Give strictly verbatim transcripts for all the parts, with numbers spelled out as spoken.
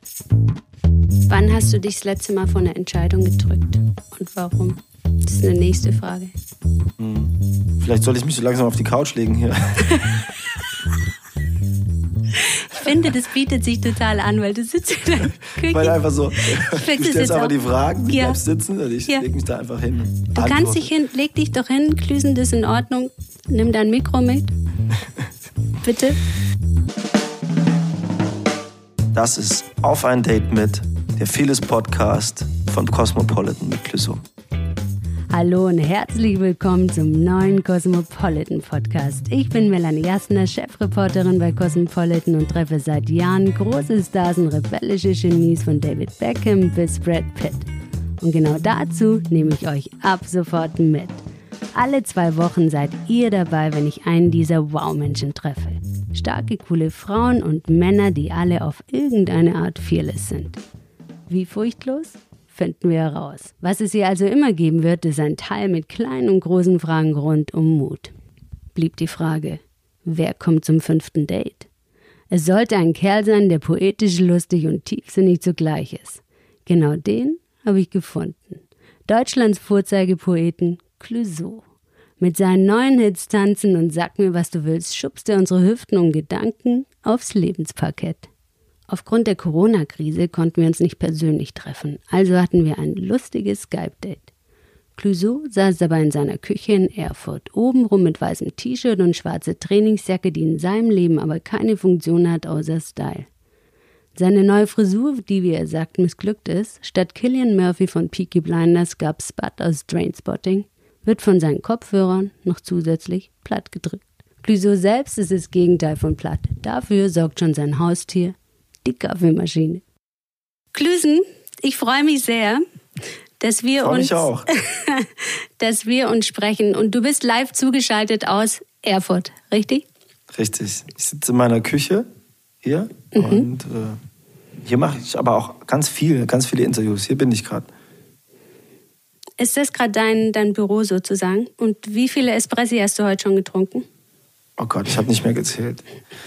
Wann hast du dich das letzte Mal vor einer Entscheidung gedrückt? Und warum? Das ist eine nächste Frage. Hm. Vielleicht soll ich mich so langsam auf die Couch legen hier. Ich finde, das bietet sich total an, weil du sitzt in der Küche. Weil einfach so, du stellst einfach die Fragen, du ja. bleibst sitzen und ich ja. leg mich da einfach hin. Du Antwort. kannst dich hin, leg dich doch hin, Klüsen, das ist in Ordnung. Nimm dein Mikro mit. Bitte. Das ist Auf ein Date mit, der Fearless-Podcast von Cosmopolitan mit Clouseau. Hallo und herzlich willkommen zum neuen Cosmopolitan Podcast. Ich bin Melanie Jasner, Chefreporterin bei Cosmopolitan und treffe seit Jahren große Stars und rebellische Genies von David Beckham bis Brad Pitt. Und genau dazu nehme ich euch ab sofort mit. Alle zwei Wochen seid ihr dabei, wenn ich einen dieser Wow-Menschen treffe. Starke, coole Frauen und Männer, die alle auf irgendeine Art fearless sind. Wie furchtlos? Finden wir heraus. Was es hier also immer geben wird, ist ein Teil mit kleinen und großen Fragen rund um Mut. Blieb die Frage, wer kommt zum fünften Date? Es sollte ein Kerl sein, der poetisch, lustig und tiefsinnig zugleich ist. Genau den habe ich gefunden. Deutschlands Vorzeigepoeten Clouseau. Mit seinen neuen Hits Tanzen und Sag mir, was du willst, schubst er unsere Hüften und Gedanken aufs Lebensparkett. Aufgrund der Corona-Krise konnten wir uns nicht persönlich treffen, also hatten wir ein lustiges Skype-Date. Clouseau saß dabei in seiner Küche in Erfurt, obenrum mit weißem T-Shirt und schwarze Trainingsjacke, die in seinem Leben aber keine Funktion hat außer Style. Seine neue Frisur, die, wie er sagt, missglückt ist, statt Cillian Murphy von Peaky Blinders gab Spud aus Trainspotting, wird von seinen Kopfhörern noch zusätzlich platt gedrückt. Clouseau selbst ist das Gegenteil von platt. Dafür sorgt schon sein Haustier, die Kaffeemaschine. Klüsen, ich freue mich sehr, dass wir freu uns, mich auch. dass wir uns sprechen. Und du bist live zugeschaltet aus Erfurt, richtig? Richtig. Ich sitze in meiner Küche hier mhm. und äh, hier mache ich aber auch ganz viel, ganz viele Interviews. Hier bin ich gerade. Ist das gerade dein, dein Büro sozusagen? Und wie viele Espressi hast du heute schon getrunken? Oh Gott, ich habe nicht mehr gezählt.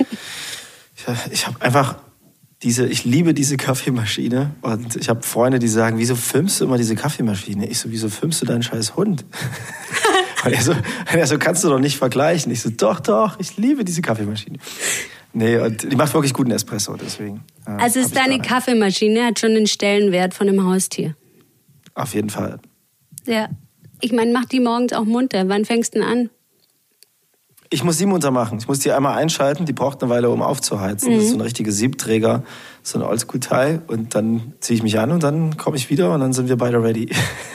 ich ich habe einfach diese, ich liebe diese Kaffeemaschine und ich habe Freunde, die sagen, wieso filmst du immer diese Kaffeemaschine? Ich so, wieso filmst du deinen scheiß Hund? und er so, er so, kannst du doch nicht vergleichen. Ich so, doch, doch, ich liebe diese Kaffeemaschine. Nee, und die macht wirklich guten Espresso, deswegen. Äh, also ist deine Kaffeemaschine, hat schon den Stellenwert von einem Haustier? Auf jeden Fall. Ja, ich meine, mach die morgens auch munter. Wann fängst du denn an? Ich muss sie munter machen. Ich muss die einmal einschalten. Die braucht eine Weile, um aufzuheizen. Mhm. Das ist so ein richtiger Siebträger, so ein Oldschool-Teil. Und dann ziehe ich mich an und dann komme ich wieder und dann sind wir beide ready.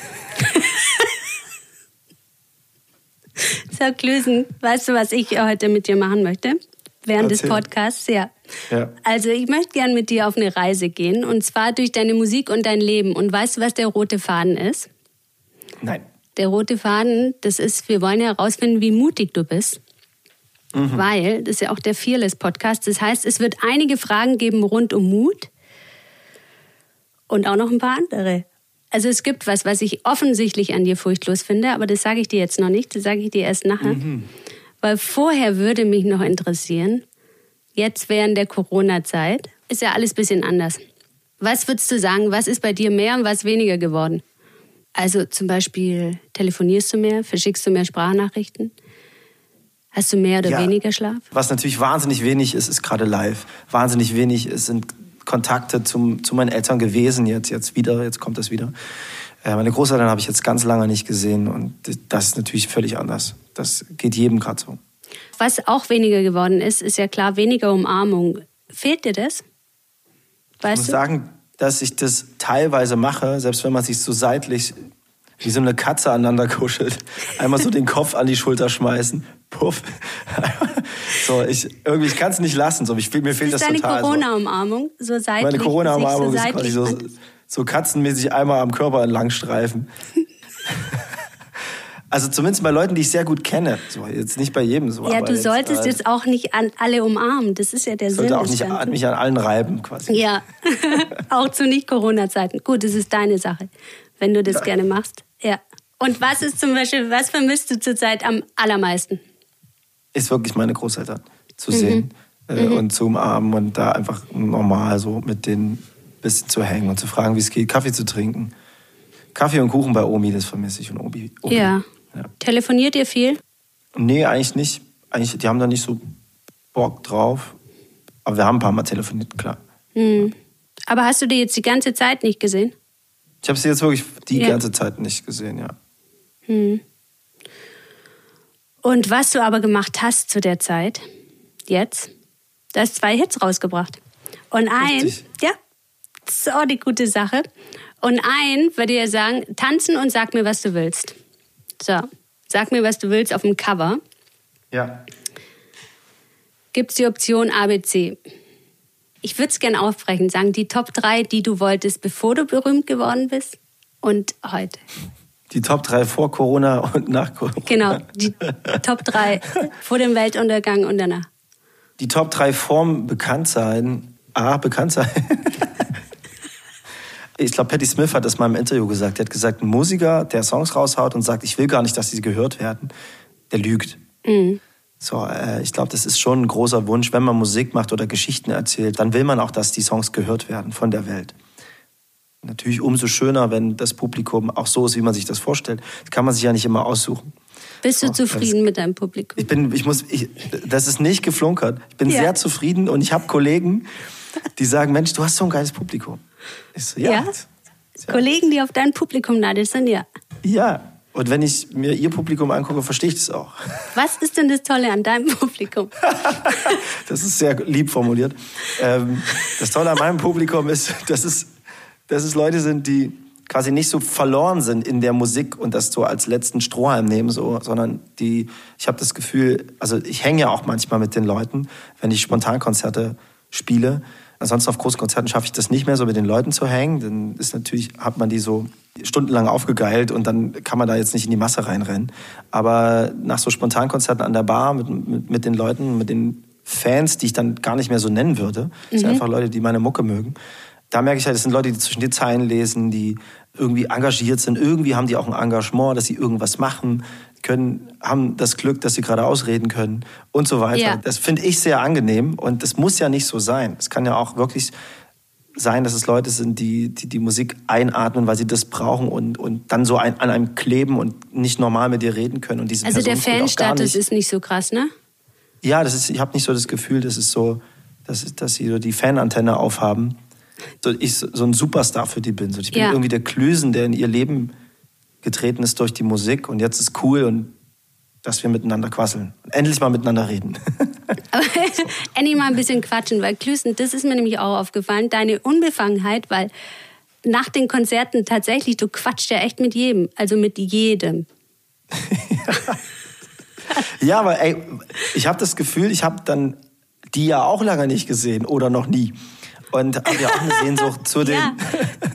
So, Klüsen, weißt du, was ich heute mit dir machen möchte? Während Erzähl. des Podcasts, ja. ja. Also ich möchte gern mit dir auf eine Reise gehen. Und zwar durch deine Musik und dein Leben. Und weißt du, was der rote Faden ist? Nein. Der rote Faden, das ist, wir wollen ja herausfinden, wie mutig du bist. Mhm. Weil, das ist ja auch der Fearless-Podcast, das heißt, es wird einige Fragen geben rund um Mut und auch noch ein paar andere. Also es gibt was, was ich offensichtlich an dir furchtlos finde, aber das sage ich dir jetzt noch nicht, das sage ich dir erst nachher. Mhm. Weil vorher würde mich noch interessieren, jetzt während der Corona-Zeit, ist ja alles ein bisschen anders. Was würdest du sagen, was ist bei dir mehr und was weniger geworden? Also zum Beispiel, telefonierst du mehr, verschickst du mehr Sprachnachrichten? Hast du mehr oder ja, weniger Schlaf? Was natürlich wahnsinnig wenig ist, ist gerade live. Wahnsinnig wenig es sind Kontakte zum, zu meinen Eltern gewesen, jetzt, jetzt wieder, jetzt kommt das wieder. Äh, meine Großeltern habe ich jetzt ganz lange nicht gesehen und das ist natürlich völlig anders. Das geht jedem gerade so. Was auch weniger geworden ist, ist ja klar weniger Umarmung. Fehlt dir das? Weißt ich muss du? sagen, dass ich das teilweise mache, selbst wenn man sich so seitlich wie so eine Katze aneinander kuschelt. Einmal so den Kopf an die Schulter schmeißen. Puff. So, ich, irgendwie, ich kann es nicht lassen. So, ich, mir fehlt das, das ist total. Deine Corona-Umarmung, so seitlich. Meine Corona-Umarmung so ist quasi so, so katzenmäßig einmal am Körper entlang streifen. Also zumindest bei Leuten, die ich sehr gut kenne. So, jetzt nicht bei jedem so. Ja, aber du jetzt, solltest äh, jetzt auch nicht an alle umarmen. Das ist ja der ich Sinn. sollte auch nicht an, mich an allen reiben quasi. Ja, auch zu Nicht-Corona-Zeiten. Gut, das ist deine Sache, wenn du das ja. gerne machst. Ja. Und was ist zum Beispiel, was vermisst du zurzeit am allermeisten? Ist wirklich meine Großeltern zu sehen mhm. äh, mhm. und zu umarmen und da einfach normal so mit denen bisschen zu hängen und zu fragen, wie es geht, Kaffee zu trinken. Kaffee und Kuchen bei Omi, das vermisse ich. Und Obi, Obi. Ja. ja. Telefoniert ihr viel? Nee, eigentlich nicht. Eigentlich, die haben da nicht so Bock drauf. Aber wir haben ein paar Mal telefoniert, klar. Hm. Aber hast du die jetzt die ganze Zeit nicht gesehen? Ich habe sie jetzt wirklich die ja. ganze Zeit nicht gesehen, ja. Hm. Und was du aber gemacht hast zu der Zeit, jetzt, du hast zwei Hits rausgebracht. Und ein, Richtig. ja, das ist auch die gute Sache. Und ein würde ja sagen, tanzen und sag mir, was du willst. So, sag mir, was du willst auf dem Cover. Ja. Gibt es die Option A, B, C. Ich würde es gerne aufbrechen, sagen, die Top drei, die du wolltest, bevor du berühmt geworden bist und heute. Die Top drei vor Corona und nach Corona. Genau, die Top drei vor dem Weltuntergang und danach. Die Top drei vorm Bekanntsein. A, Bekanntsein. Ich glaube, Patti Smith hat das mal im Interview gesagt. Er hat gesagt, ein Musiker, der Songs raushaut und sagt, ich will gar nicht, dass sie gehört werden, der lügt. Mhm. So, äh, ich glaube, das ist schon ein großer Wunsch, wenn man Musik macht oder Geschichten erzählt, dann will man auch, dass die Songs gehört werden von der Welt. Natürlich umso schöner, wenn das Publikum auch so ist, wie man sich das vorstellt. Das kann man sich ja nicht immer aussuchen. Bist du so, zufrieden das, mit deinem Publikum? Ich bin, ich muss, ich, das ist nicht geflunkert. Ich bin ja. sehr zufrieden und ich habe Kollegen, die sagen, Mensch, du hast so ein geiles Publikum. Ich so, ja. ja? ja. Kollegen, die auf dein Publikum neidisch sind, ja. Ja. Und wenn ich mir ihr Publikum angucke, verstehe ich das auch. Was ist denn das Tolle an deinem Publikum? Das ist sehr lieb formuliert. Ähm, das Tolle an meinem Publikum ist, dass es, dass es Leute sind, die quasi nicht so verloren sind in der Musik und das so als letzten Strohhalm nehmen, so, sondern die, ich habe das Gefühl, also ich hänge ja auch manchmal mit den Leuten, wenn ich Spontankonzerte spiele. Ansonsten auf Großkonzerten schaffe ich das nicht mehr, so mit den Leuten zu hängen. Dann ist natürlich, hat man die so stundenlang aufgegeilt und dann kann man da jetzt nicht in die Masse reinrennen. Aber nach so Spontankonzerten an der Bar mit, mit, mit den Leuten, mit den Fans, die ich dann gar nicht mehr so nennen würde, das sind mhm. einfach Leute, die meine Mucke mögen. Da merke ich halt, das sind Leute, die zwischen den Zeilen lesen, die irgendwie engagiert sind. Irgendwie haben die auch ein Engagement, dass sie irgendwas machen können, haben das Glück, dass sie gerade ausreden können und so weiter. Ja. Das finde ich sehr angenehm und das muss ja nicht so sein. Es kann ja auch wirklich sein, dass es Leute sind, die die, die Musik einatmen, weil sie das brauchen und, und dann so ein, an einem kleben und nicht normal mit dir reden können. Und diese also Person der Fanstatus ist nicht so krass, ne? Ja, das ist, ich habe nicht so das Gefühl, dass, es so, dass, dass sie so die Fanantenne aufhaben. So, ich so ein Superstar für die bin. So, ich bin ja. irgendwie der Klüsen, der in ihr Leben getreten ist durch die Musik und jetzt ist cool und dass wir miteinander quasseln. Endlich mal miteinander reden. Aber endlich mal ein bisschen quatschen, weil Klüsen, das ist mir nämlich auch aufgefallen, deine Unbefangenheit, weil nach den Konzerten tatsächlich, du quatschst ja echt mit jedem, also mit jedem. ja. ja, aber ey, ich habe das Gefühl, ich habe dann die ja auch lange nicht gesehen oder noch nie. Und habe ja auch eine Sehnsucht zu dem ja.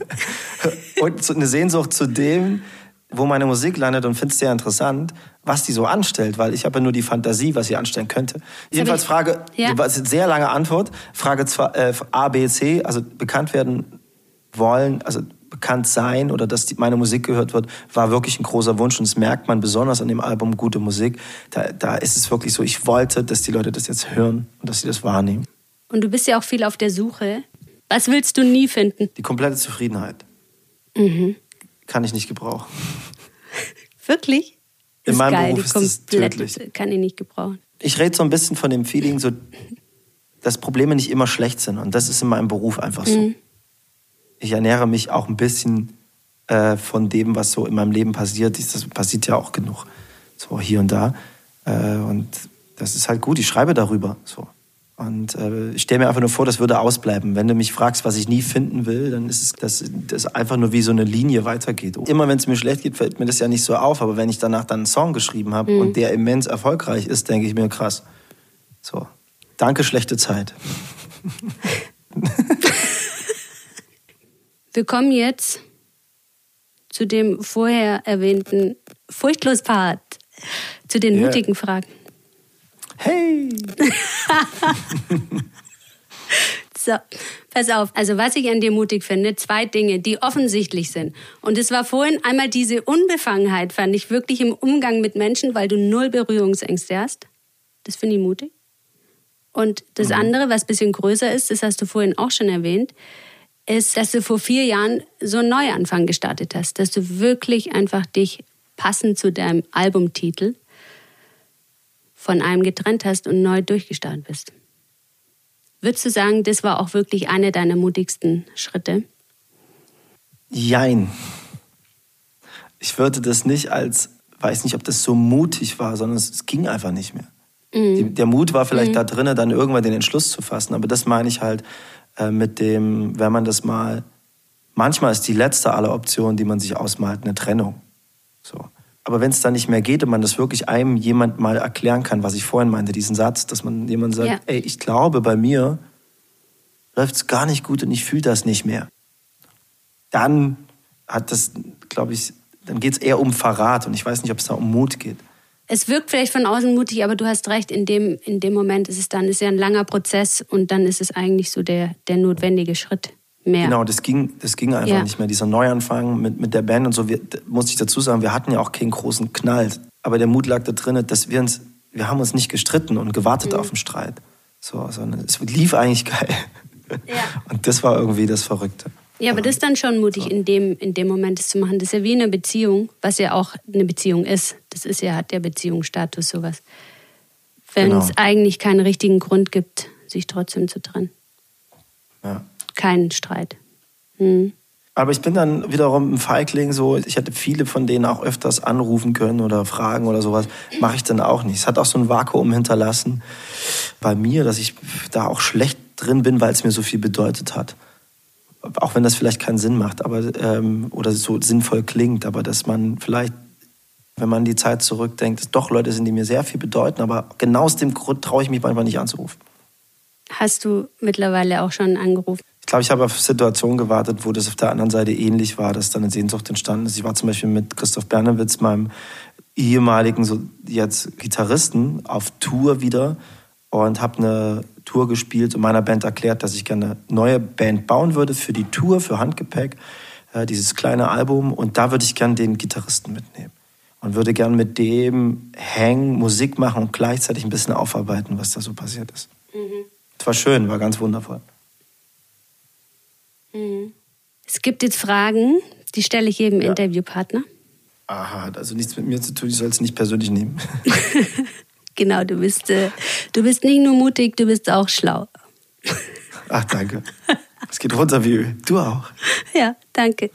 und eine Sehnsucht zu dem, wo meine Musik landet und finde es sehr interessant, was die so anstellt, weil ich habe ja nur die Fantasie, was sie anstellen könnte. Jedenfalls Frage, ja. das ist eine sehr lange Antwort, Frage zwei, äh, A, B, C, also bekannt werden wollen, also bekannt sein oder dass die, meine Musik gehört wird, war wirklich ein großer Wunsch und das merkt man besonders an dem Album Gute Musik. Da, da ist es wirklich so, ich wollte, dass die Leute das jetzt hören und dass sie das wahrnehmen. Und du bist ja auch viel auf der Suche. Was willst du nie finden? Die komplette Zufriedenheit. Mhm. Kann ich nicht gebrauchen. Wirklich? In meinem geil. Beruf ist das tödlich. Kann ich nicht gebrauchen. Ich rede so ein bisschen von dem Feeling, so, dass Probleme nicht immer schlecht sind. Und das ist in meinem Beruf einfach so. Mhm. Ich ernähre mich auch ein bisschen äh, von dem, was so in meinem Leben passiert. Das passiert ja auch genug. So hier und da. Äh, und das ist halt gut. Ich schreibe darüber. So. Und äh, ich stelle mir einfach nur vor, das würde ausbleiben. Wenn du mich fragst, was ich nie finden will, dann ist es das, das einfach nur wie so eine Linie weitergeht. Immer wenn es mir schlecht geht, fällt mir das ja nicht so auf. Aber wenn ich danach dann einen Song geschrieben habe mhm. und der immens erfolgreich ist, denke ich mir, krass. So, danke, schlechte Zeit. Wir kommen jetzt zu dem vorher erwähnten Furchtlos-Part, zu den yeah. mutigen Fragen. Hey! So, pass auf. Also was ich an dir mutig finde, zwei Dinge, die offensichtlich sind. Und es war vorhin einmal diese Unbefangenheit, fand ich wirklich im Umgang mit Menschen, weil du null Berührungsängste hast. Das finde ich mutig. Und das mhm. andere, was ein bisschen größer ist, das hast du vorhin auch schon erwähnt, ist, dass du vor vier Jahren so einen Neuanfang gestartet hast. Dass du wirklich einfach dich passend zu deinem Albumtitel von einem getrennt hast und neu durchgestartet bist. Würdest du sagen, das war auch wirklich einer deiner mutigsten Schritte? Jein. Ich würde das nicht als, weiß nicht, ob das so mutig war, sondern es, es ging einfach nicht mehr. Mhm. Die, der Mut war vielleicht mhm. da drin, dann irgendwann den Entschluss zu fassen. Aber das meine ich halt äh, mit dem, wenn man das mal, manchmal ist die letzte aller Optionen, die man sich ausmalt, eine Trennung. So. Aber wenn es dann nicht mehr geht und man das wirklich einem jemand mal erklären kann, was ich vorhin meinte, diesen Satz, dass man jemand sagt, ja. ey, ich glaube, bei mir läuft es gar nicht gut und ich fühle das nicht mehr. Dann hat das, glaube ich, dann geht es eher um Verrat und ich weiß nicht, ob es da um Mut geht. Es wirkt vielleicht von außen mutig, aber du hast recht, in dem, in dem Moment ist es dann, ist ja ein langer Prozess und dann ist es eigentlich so der, der notwendige Schritt. Mehr. Genau, das ging, das ging einfach ja. nicht mehr. Dieser Neuanfang mit, mit der Band und so, wir, muss ich dazu sagen, wir hatten ja auch keinen großen Knall. Aber der Mut lag da drin, dass wir uns, wir haben uns nicht gestritten und gewartet mhm. auf den Streit. So, sondern es lief eigentlich geil. Ja. Und das war irgendwie das Verrückte. Ja, aber das ist dann schon mutig, so. in, dem, in dem Moment das zu machen. Das ist ja wie eine Beziehung, was ja auch eine Beziehung ist. Das ist ja, hat der Beziehungsstatus sowas. Wenn genau. es eigentlich keinen richtigen Grund gibt, sich trotzdem zu trennen. Ja. Keinen Streit. Hm. Aber ich bin dann wiederum ein Feigling, so, ich hätte viele von denen auch öfters anrufen können oder fragen oder sowas. Mache ich dann auch nicht. Es hat auch so ein Vakuum hinterlassen bei mir, dass ich da auch schlecht drin bin, weil es mir so viel bedeutet hat. Auch wenn das vielleicht keinen Sinn macht, aber ähm, oder so sinnvoll klingt, aber dass man vielleicht, wenn man die Zeit zurückdenkt, dass doch Leute sind, die mir sehr viel bedeuten, aber genau aus dem Grund traue ich mich manchmal nicht anzurufen. Hast du mittlerweile auch schon angerufen? Ich glaube, ich habe auf Situationen gewartet, wo das auf der anderen Seite ähnlich war, dass dann eine Sehnsucht entstanden ist. Ich war zum Beispiel mit Christoph Bernewitz, meinem ehemaligen so jetzt Gitarristen, auf Tour wieder und habe eine Tour gespielt und meiner Band erklärt, dass ich gerne eine neue Band bauen würde für die Tour, für Handgepäck, äh, dieses kleine Album. Und da würde ich gerne den Gitarristen mitnehmen und würde gerne mit dem hängen, Musik machen und gleichzeitig ein bisschen aufarbeiten, was da so passiert ist. Mhm. Es war schön, war ganz wundervoll. Es gibt jetzt Fragen, die stelle ich jedem ja. Interviewpartner. Aha, hat also nichts mit mir zu tun, ich soll es nicht persönlich nehmen. Genau, du bist, äh, du bist nicht nur mutig, du bist auch schlau. Ach, danke. Es geht runter wie Öl. Du auch. Ja, danke.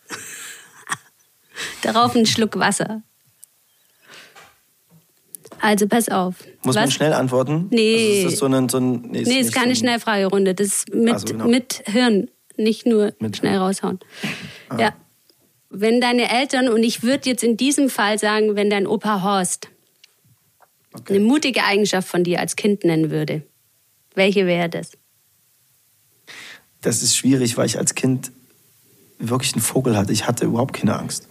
Darauf einen Schluck Wasser. Also pass auf. Muss Was? man schnell antworten? Nee. Also ist das so ein, so ein, nee, ist, nee, ist keine so Schnellfragerunde. Das ist mit, also, genau. mit Hirn, nicht nur mit schnell raushauen. Ah. Ja. Wenn deine Eltern, und ich würde jetzt in diesem Fall sagen, wenn dein Opa Horst okay. eine mutige Eigenschaft von dir als Kind nennen würde, welche wäre das? Das ist schwierig, weil ich als Kind wirklich einen Vogel hatte. Ich hatte überhaupt keine Angst.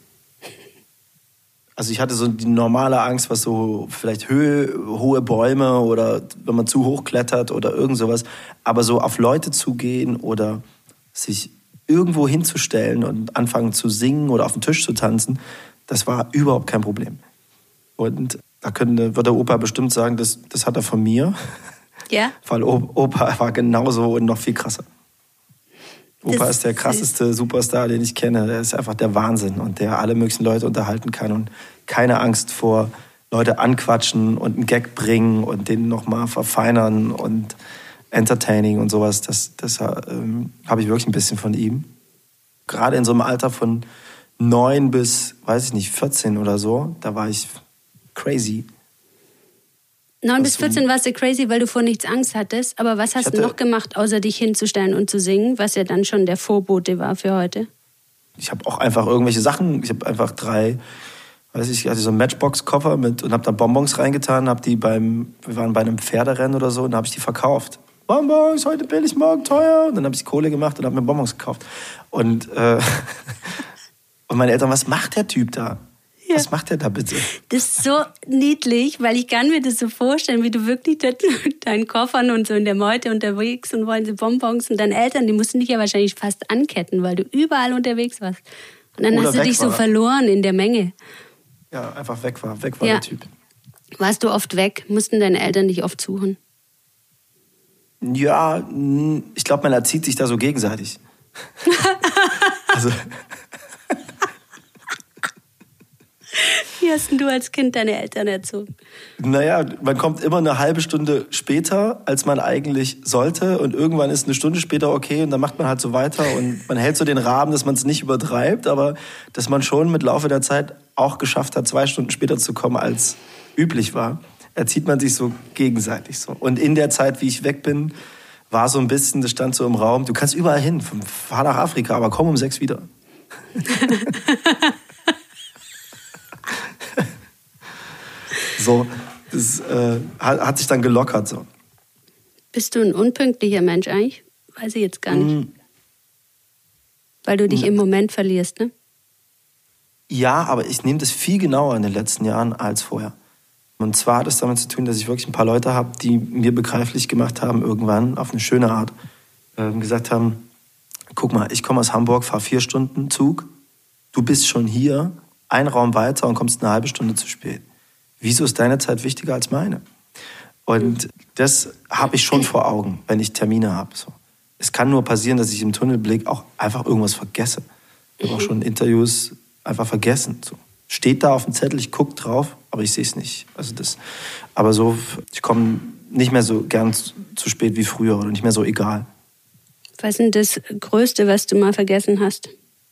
Also ich hatte so die normale Angst, was so vielleicht Höhe, hohe Bäume oder wenn man zu hoch klettert oder irgend sowas. Aber so auf Leute zugehen oder sich irgendwo hinzustellen und anfangen zu singen oder auf den Tisch zu tanzen, das war überhaupt kein Problem. Und da könnte, wird der Opa bestimmt sagen, das, das hat er von mir. Ja. Weil Opa war genauso und noch viel krasser. Opa das ist der krasseste Superstar, den ich kenne. Der ist einfach der Wahnsinn und der alle möglichen Leute unterhalten kann und keine Angst vor Leute anquatschen und einen Gag bringen und den nochmal verfeinern und entertaining und sowas. Das, das ähm, habe ich wirklich ein bisschen von ihm. Gerade in so einem Alter von neun bis, weiß ich nicht, vierzehn oder so, da war ich crazy. neun bis vierzehn warst du crazy, weil du vor nichts Angst hattest. Aber was hast hatte, du noch gemacht, außer dich hinzustellen und zu singen, was ja dann schon der Vorbote war für heute? Ich habe auch einfach irgendwelche Sachen, ich habe einfach drei, weiß ich, ich hatte so einen Matchbox-Koffer mit und habe da Bonbons reingetan, habe die beim, wir waren bei einem Pferderennen oder so und habe ich die verkauft. Bonbons, heute billig, morgen teuer. Und dann habe ich Kohle gemacht und habe mir Bonbons gekauft. Und, äh, und meine Eltern, was macht der Typ da? Ja. Was macht der da bitte? Das ist so niedlich, weil ich kann mir das so vorstellen, wie du wirklich mit deinen Koffern und so in der Meute unterwegs und wollen so Bonbons und deine Eltern, die mussten dich ja wahrscheinlich fast anketten, weil du überall unterwegs warst. Und dann Oder hast du dich war. so verloren in der Menge. Ja, einfach weg war, weg war ja. der Typ. Warst du oft weg? Mussten deine Eltern dich oft suchen? Ja, ich glaube, man erzieht sich da so gegenseitig. Also, wie hast denn du als Kind deine Eltern erzogen? Naja, man kommt immer eine halbe Stunde später, als man eigentlich sollte. Und irgendwann ist eine Stunde später okay und dann macht man halt so weiter. Und man hält so den Rahmen, dass man es nicht übertreibt, aber dass man schon mit Laufe der Zeit auch geschafft hat, zwei Stunden später zu kommen, als üblich war. Erzieht man sich so gegenseitig so. Und in der Zeit, wie ich weg bin, war so ein bisschen, das stand so im Raum, du kannst überall hin, fahr nach Afrika, aber komm um sechs wieder. So, das äh, hat, hat sich dann gelockert. So. Bist du ein unpünktlicher Mensch eigentlich? Weiß ich jetzt gar nicht. Mm. Weil du dich mm. im Moment verlierst, ne? Ja, aber ich nehme das viel genauer in den letzten Jahren als vorher. Und zwar hat es damit zu tun, dass ich wirklich ein paar Leute habe, die mir begreiflich gemacht haben, irgendwann auf eine schöne Art, äh, gesagt haben, guck mal, ich komme aus Hamburg, fahre vier Stunden Zug, du bist schon hier, ein Raum weiter und kommst eine halbe Stunde zu spät. Wieso ist deine Zeit wichtiger als meine? Und das habe ich schon vor Augen, wenn ich Termine habe. So. Es kann nur passieren, dass ich im Tunnelblick auch einfach irgendwas vergesse. Ich habe auch schon Interviews einfach vergessen. So. Steht da auf dem Zettel, ich gucke drauf, aber ich sehe es nicht. Also das, aber so, ich komme nicht mehr so gern zu spät wie früher oder nicht mehr so egal. Was ist denn das Größte, was du mal vergessen hast?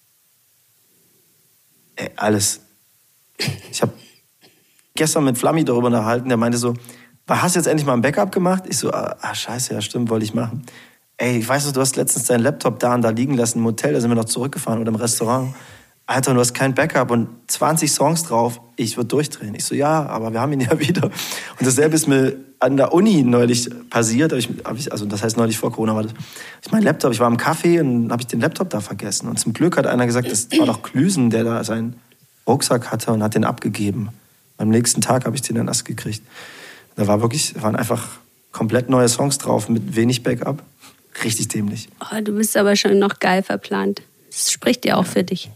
Ey, alles. Ich habe gestern mit Flammi darüber unterhalten, der meinte so, hast du jetzt endlich mal ein Backup gemacht? Ich so, ah scheiße, ja stimmt, wollte ich machen. Ey, ich weiß noch, du hast letztens deinen Laptop da und da liegen lassen im Hotel, da sind wir noch zurückgefahren oder im Restaurant. Alter, du hast kein Backup und zwanzig Songs drauf, ich würde durchdrehen. Ich so, ja, aber wir haben ihn ja wieder. Und dasselbe ist mir an der Uni neulich passiert, hab ich, hab ich, also das heißt neulich vor Corona war das. Ich mein Laptop, ich war im Café und habe ich den Laptop da vergessen. Und zum Glück hat einer gesagt, das war doch Klüsen, der da seinen Rucksack hatte und hat den abgegeben. Am nächsten Tag habe ich den dann erst gekriegt. Da war wirklich, waren einfach komplett neue Songs drauf mit wenig Backup. Richtig dämlich. Oh, du bist aber schon noch geil verplant. Das spricht ja auch ja. für dich.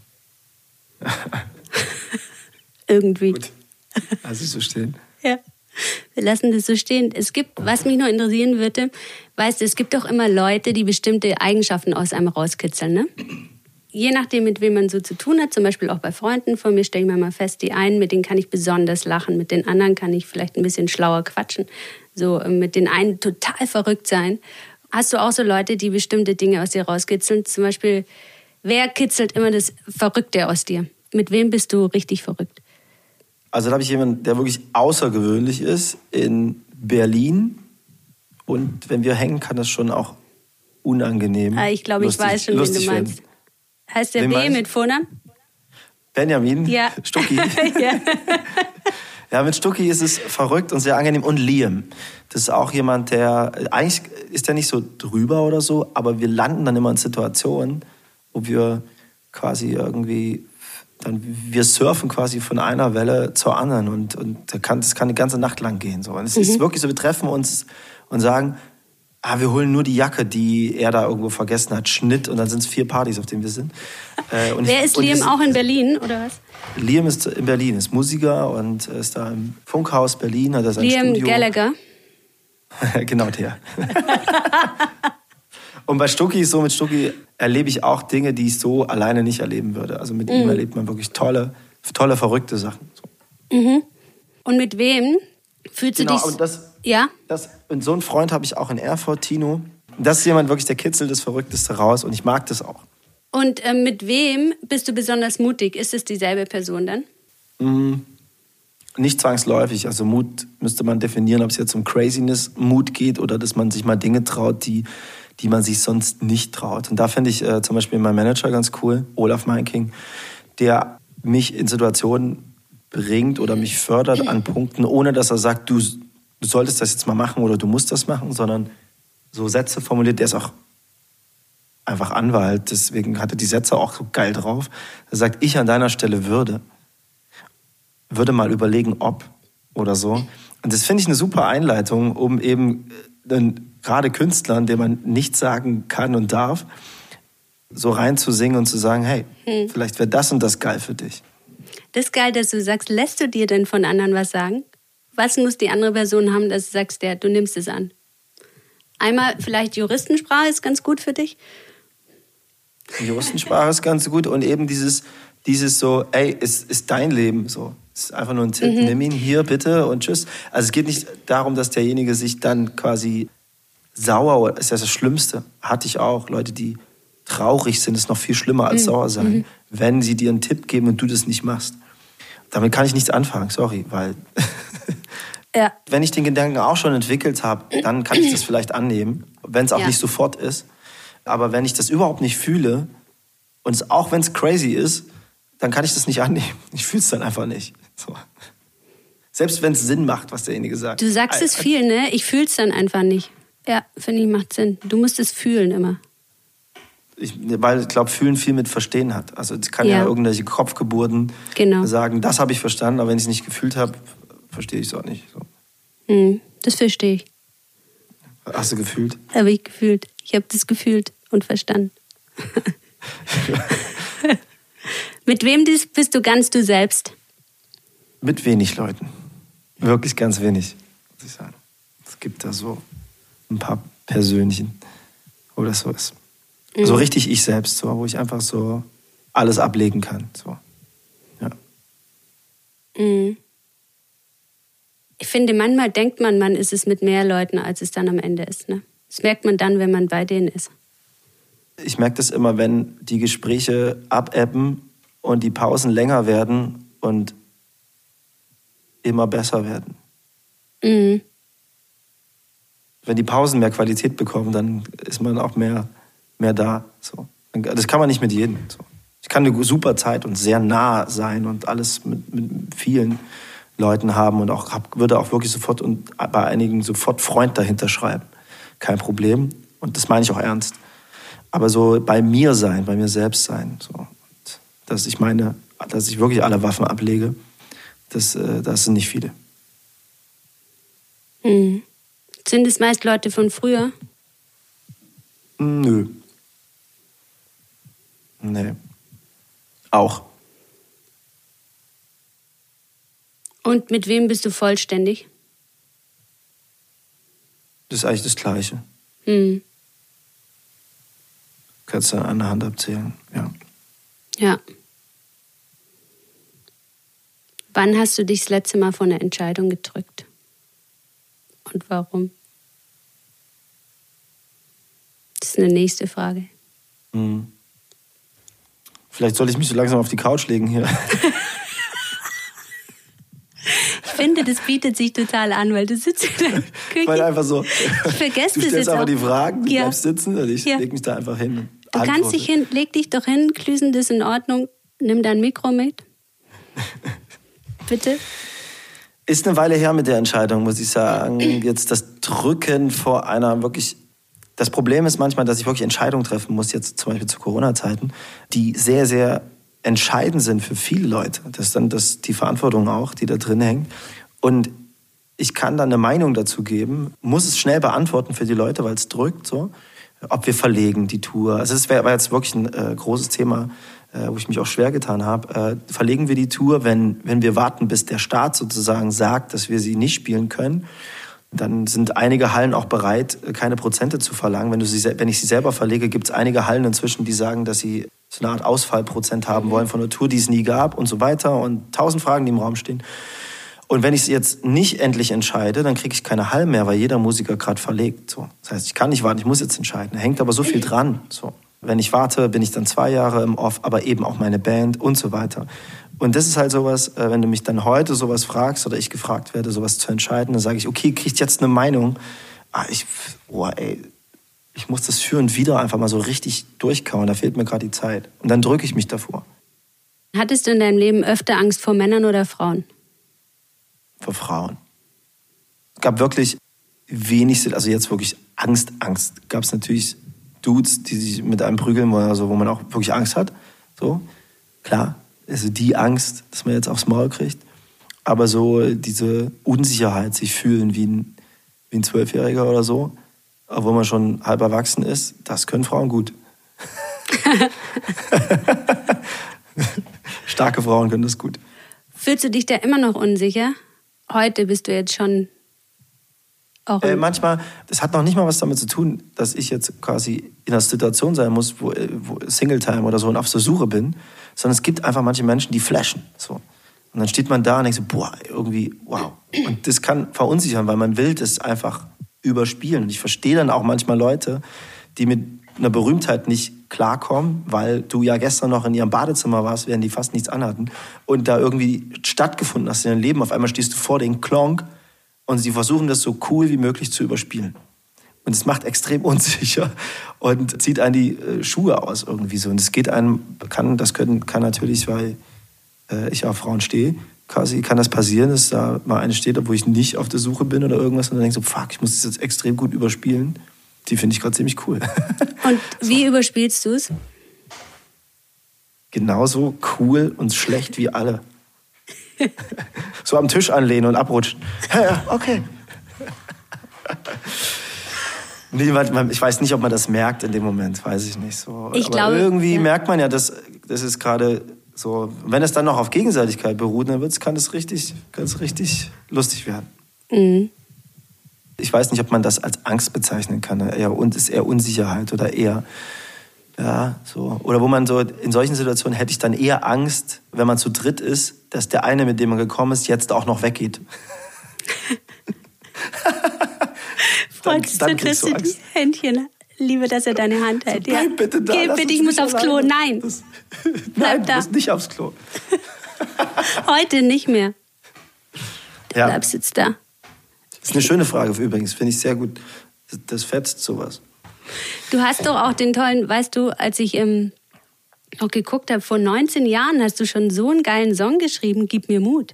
Irgendwie. Gut. Lass es so stehen. Ja, wir lassen das so stehen. Es gibt, was mich noch interessieren würde, weißt du, es gibt doch immer Leute, die bestimmte Eigenschaften aus einem rauskitzeln, ne? Je nachdem, mit wem man so zu tun hat, zum Beispiel auch bei Freunden von mir, stelle ich mir mal fest, die einen, mit denen kann ich besonders lachen, mit den anderen kann ich vielleicht ein bisschen schlauer quatschen, so mit den einen total verrückt sein. Hast du auch so Leute, die bestimmte Dinge aus dir rauskitzeln? Zum Beispiel, wer kitzelt immer das Verrückte aus dir? Mit wem bist du richtig verrückt? Also da habe ich jemanden, der wirklich außergewöhnlich ist, in Berlin. Und wenn wir hängen, kann das schon auch unangenehm. Ah, ich glaube, ich weiß schon, wen du meinst. Werden. Heißt der B mit Vornamen? Benjamin? Ja. Stucki? Ja. Ja, mit Stucki ist es verrückt und sehr angenehm. Und Liam, das ist auch jemand, der, eigentlich ist der nicht so drüber oder so, aber wir landen dann immer in Situationen, wo wir quasi irgendwie, dann, wir surfen quasi von einer Welle zur anderen und, und das kann, das kann eine ganze Nacht lang gehen. So. Und es mhm. ist wirklich so, wir treffen uns und sagen, ah, wir holen nur die Jacke, die er da irgendwo vergessen hat, Schnitt, und dann sind es vier Partys, auf denen wir sind. Äh, und Wer ich, ist Liam ist, auch in Berlin, oder was? Liam ist in Berlin, ist Musiker und ist da im Funkhaus Berlin, hat er sein Liam Studio. Liam Gallagher? Genau der. Und bei Stucki ist so, mit Stucki erlebe ich auch Dinge, die ich so alleine nicht erleben würde. Also mit mhm. ihm erlebt man wirklich tolle, tolle, verrückte Sachen. So. Mhm. Und mit wem fühlst du genau, dich... Und das, ja? Das, und so einen Freund habe ich auch in Erfurt, Tino. Das ist jemand wirklich, der kitzelt das Verrückteste raus und ich mag das auch. Und äh, mit wem bist du besonders mutig? Ist es dieselbe Person dann? Mm, nicht zwangsläufig. Also Mut müsste man definieren, ob es jetzt um Craziness-Mut geht oder dass man sich mal Dinge traut, die, die man sich sonst nicht traut. Und da finde ich äh, zum Beispiel meinen Manager ganz cool, Olaf Meinking, der mich in Situationen bringt oder mich fördert an Punkten, ohne dass er sagt, du, du solltest das jetzt mal machen oder du musst das machen, sondern so Sätze formuliert. Der ist auch einfach Anwalt, deswegen hat er die Sätze auch so geil drauf. Er sagt, ich an deiner Stelle würde, würde mal überlegen, ob oder so. Und das finde ich eine super Einleitung, um eben äh, gerade Künstlern, denen man nichts sagen kann und darf, so reinzusingen und zu sagen, hey, hm. vielleicht wäre das und das geil für dich. Das ist geil, dass du sagst, lässt du dir denn von anderen was sagen? Was muss die andere Person haben, dass du sagst, ja, du nimmst es an? Einmal vielleicht Juristensprache ist ganz gut für dich. Die Juristensprache ist ganz gut und eben dieses, dieses so, ey, es ist dein Leben so. Es ist einfach nur ein Tipp, mhm. nimm ihn hier bitte und tschüss. Also es geht nicht darum, dass derjenige sich dann quasi sauer, ist das das Schlimmste, hatte ich auch. Leute, die traurig sind, ist noch viel schlimmer als mhm. sauer sein, mhm. wenn sie dir einen Tipp geben und du das nicht machst. Damit kann ich nichts anfangen, sorry, weil ja. wenn ich den Gedanken auch schon entwickelt habe, dann kann ich das vielleicht annehmen, wenn es auch ja. nicht sofort ist. Aber wenn ich das überhaupt nicht fühle und es, auch wenn es crazy ist, dann kann ich das nicht annehmen. Ich fühle es dann einfach nicht. So. Selbst wenn es Sinn macht, was derjenige sagt. Du sagst es viel, ne? Ich fühle es dann einfach nicht. Ja, finde ich, macht Sinn. Du musst es fühlen immer. Ich, weil ich glaube, fühlen viel mit Verstehen hat. Also es kann ja, ja irgendwelche Kopfgeburten genau. sagen, das habe ich verstanden, aber wenn ich es nicht gefühlt habe, verstehe ich es auch nicht. So. Hm, das verstehe ich. Hast du gefühlt? Habe ich gefühlt. Ich habe das gefühlt und verstanden. Mit wem bist du ganz du selbst? Mit wenig Leuten. Wirklich ganz wenig, muss ich sagen. Es gibt da so ein paar Persönchen, wo das so ist. Mhm. So richtig ich selbst, so, wo ich einfach so alles ablegen kann. So. Ja. Mhm. Ich finde, manchmal denkt man, man ist es mit mehr Leuten, als es dann am Ende ist. Ne? Das merkt man dann, wenn man bei denen ist. Ich merke das immer, wenn die Gespräche abebben und die Pausen länger werden und immer besser werden. Mhm. Wenn die Pausen mehr Qualität bekommen, dann ist man auch mehr, mehr da. So. Das kann man nicht mit jedem. So. Ich kann eine super Zeit und sehr nah sein und alles mit, mit vielen Leuten haben und auch hab, würde auch wirklich sofort und bei einigen sofort Freund dahinter schreiben. Kein Problem. Und das meine ich auch ernst. Aber so bei mir sein, bei mir selbst sein, so. Und dass ich meine, dass ich wirklich alle Waffen ablege, das, äh, das sind nicht viele. Hm. Sind es meist Leute von früher? Nö. Nee. Auch. Und mit wem bist du vollständig? Das ist eigentlich das Gleiche. Hm. Kannst du an einer Hand abzählen, ja. Ja. Wann hast du dich das letzte Mal vor einer Entscheidung gedrückt? Und warum? Das ist eine nächste Frage. Hm. Vielleicht soll ich mich so langsam auf die Couch legen hier. Ich finde, das bietet sich total an, weil du sitzt in der Küche. Weil einfach so, ich vergesse du stellst einfach auch. die Fragen, du ja. bleibst sitzen und ich ja. leg mich da einfach hin. Du antworte. kannst dich hin, leg dich doch hin, Klüsen, das ist in Ordnung. Nimm dein Mikro mit. Bitte. Ist eine Weile her mit der Entscheidung, muss ich sagen. Jetzt das Drücken vor einer wirklich... Das Problem ist manchmal, dass ich wirklich Entscheidungen treffen muss, jetzt zum Beispiel zu Corona-Zeiten, die sehr, sehr entscheidend sind für viele Leute. Das ist dann das, die Verantwortung auch, die da drin hängt. Und ich kann dann eine Meinung dazu geben, muss es schnell beantworten für die Leute, weil es drückt, so. Ob wir verlegen die Tour. Also das war jetzt wirklich ein äh, großes Thema, äh, wo ich mich auch schwer getan habe. Äh, verlegen wir die Tour, wenn, wenn wir warten, bis der Staat sozusagen sagt, dass wir sie nicht spielen können. Dann sind einige Hallen auch bereit, keine Prozente zu verlangen. Wenn, du sie, wenn ich sie selber verlege, gibt es einige Hallen inzwischen, die sagen, dass sie so eine Art Ausfallprozent haben wollen von der Tour, die es nie gab und so weiter. Und tausend Fragen, die im Raum stehen. Und wenn ich es jetzt nicht endlich entscheide, dann kriege ich keine Hallen mehr, weil jeder Musiker gerade verlegt. So. Das heißt, ich kann nicht warten, ich muss jetzt entscheiden. Da hängt aber so viel dran. So. Wenn ich warte, bin ich dann zwei Jahre im Off, aber eben auch meine Band und so weiter. Und das ist halt sowas, wenn du mich dann heute sowas fragst oder ich gefragt werde, sowas zu entscheiden, dann sage ich, okay, kriegst jetzt eine Meinung. Ah, ich, oh, ey, ich muss das für und wieder einfach mal so richtig durchkauen, da fehlt mir gerade die Zeit. Und dann drücke ich mich davor. Hattest du in deinem Leben öfter Angst vor Männern oder Frauen? Vor Frauen. Es gab wirklich wenig, also jetzt wirklich Angst, Angst. Gab es natürlich Dudes, die sich mit einem prügeln, also wo man auch wirklich Angst hat. So, klar. Also die Angst, dass man jetzt aufs Maul kriegt. Aber so diese Unsicherheit, sich fühlen wie ein, wie ein Zwölfjähriger oder so, obwohl man schon halb erwachsen ist, das können Frauen gut. Starke Frauen können das gut. Fühlst du dich da immer noch unsicher? Heute bist du jetzt schon Auch äh, manchmal, das hat noch nicht mal was damit zu tun, dass ich jetzt quasi in einer Situation sein muss, wo, wo Singletime oder so und auf der Suche bin, sondern es gibt einfach manche Menschen, die flashen. So. Und dann steht man da und denkt so, boah, irgendwie, wow. Und das kann verunsichern, weil man will das einfach überspielen. Und ich verstehe dann auch manchmal Leute, die mit einer Berühmtheit nicht klarkommen, weil du ja gestern noch in ihrem Badezimmer warst, während die fast nichts anhatten und da irgendwie stattgefunden hast in deinem Leben. Auf einmal stehst du vor den Klonk und sie versuchen das so cool wie möglich zu überspielen. Und es macht extrem unsicher und zieht einen die äh, Schuhe aus irgendwie so. Und es geht einem, kann, das können, kann natürlich, weil äh, ich auf Frauen stehe, quasi kann das passieren, dass da mal eine steht, wo ich nicht auf der Suche bin oder irgendwas und dann denke so, fuck, ich muss das jetzt extrem gut überspielen. Die finde ich gerade ziemlich cool. Und wie so. Überspielst du es? Genauso cool und schlecht wie alle. So am Tisch anlehnen und abrutschen. Ja, okay. Nee, ich weiß nicht, ob man das merkt in dem Moment, weiß ich nicht so. Ich Aber glaube, irgendwie ja. merkt man ja, dass das ist gerade so. Wenn es dann noch auf Gegenseitigkeit beruht, dann wird's, kann es richtig, kann es richtig lustig werden. Mhm. Ich weiß nicht, ob man das als Angst bezeichnen kann. Eher, und ist eher Unsicherheit oder eher, ja, so. Oder wo man so, in solchen Situationen hätte ich dann eher Angst, wenn man zu dritt ist, dass der eine, mit dem man gekommen ist, jetzt auch noch weggeht. Freundlich, dann, dann kriegst du die Händchen. Liebe, dass er deine Hand hält. So, bleib ja. bitte da. Geh bitte, ich muss aufs Klo. Alleine. Nein. Das, bleib nein, da. Du musst nicht aufs Klo. Heute nicht mehr. Du ja. bleibst jetzt da. Das ist eine schöne Frage übrigens, finde ich sehr gut. Das fetzt sowas. Du hast doch auch den tollen, weißt du, als ich ähm, auch geguckt habe, vor neunzehn Jahren hast du schon so einen geilen Song geschrieben, Gib mir Mut.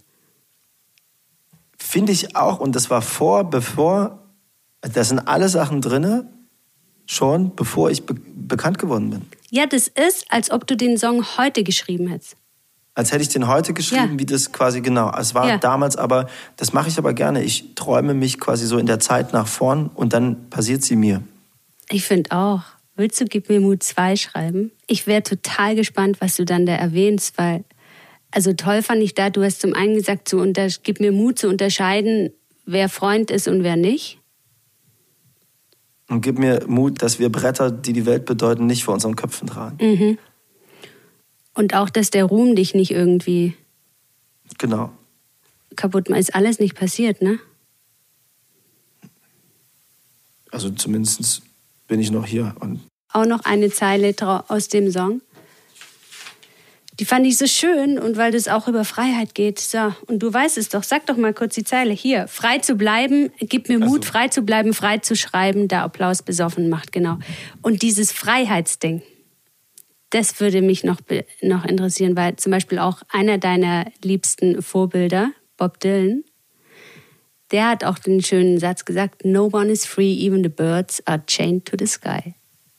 Finde ich auch, und das war vor, bevor, da sind alle Sachen drin, schon bevor ich be- bekannt geworden bin. Ja, das ist, als ob du den Song heute geschrieben hättest. Als hätte ich den heute geschrieben, ja. Wie das quasi genau. Es war ja. damals aber, das mache ich aber gerne. Ich träume mich quasi so in der Zeit nach vorn und dann passiert sie mir. Ich finde auch. Willst du Gib mir Mut zwei schreiben? Ich wäre total gespannt, was du dann da erwähnst, weil, also toll fand ich da, du hast zum einen gesagt, zu unter, Gib mir Mut zu unterscheiden, wer Freund ist und wer nicht. Und gib mir Mut, dass wir Bretter, die die Welt bedeuten, nicht vor unseren Köpfen tragen. Mhm. Und auch, dass der Ruhm dich nicht irgendwie genau. kaputt macht. Ist alles nicht passiert, ne? Also zumindest bin ich noch hier. Und auch noch eine Zeile aus dem Song. Die fand ich so schön und weil das auch über Freiheit geht. So, und du weißt es doch, sag doch mal kurz die Zeile. Hier, frei zu bleiben, gib mir Mut, so. frei zu bleiben, frei zu schreiben, da Applaus besoffen macht, genau. Und dieses Freiheitsding, das würde mich noch, noch interessieren, weil zum Beispiel auch einer deiner liebsten Vorbilder, Bob Dylan, der hat auch den schönen Satz gesagt, no one is free, even the birds are chained to the sky.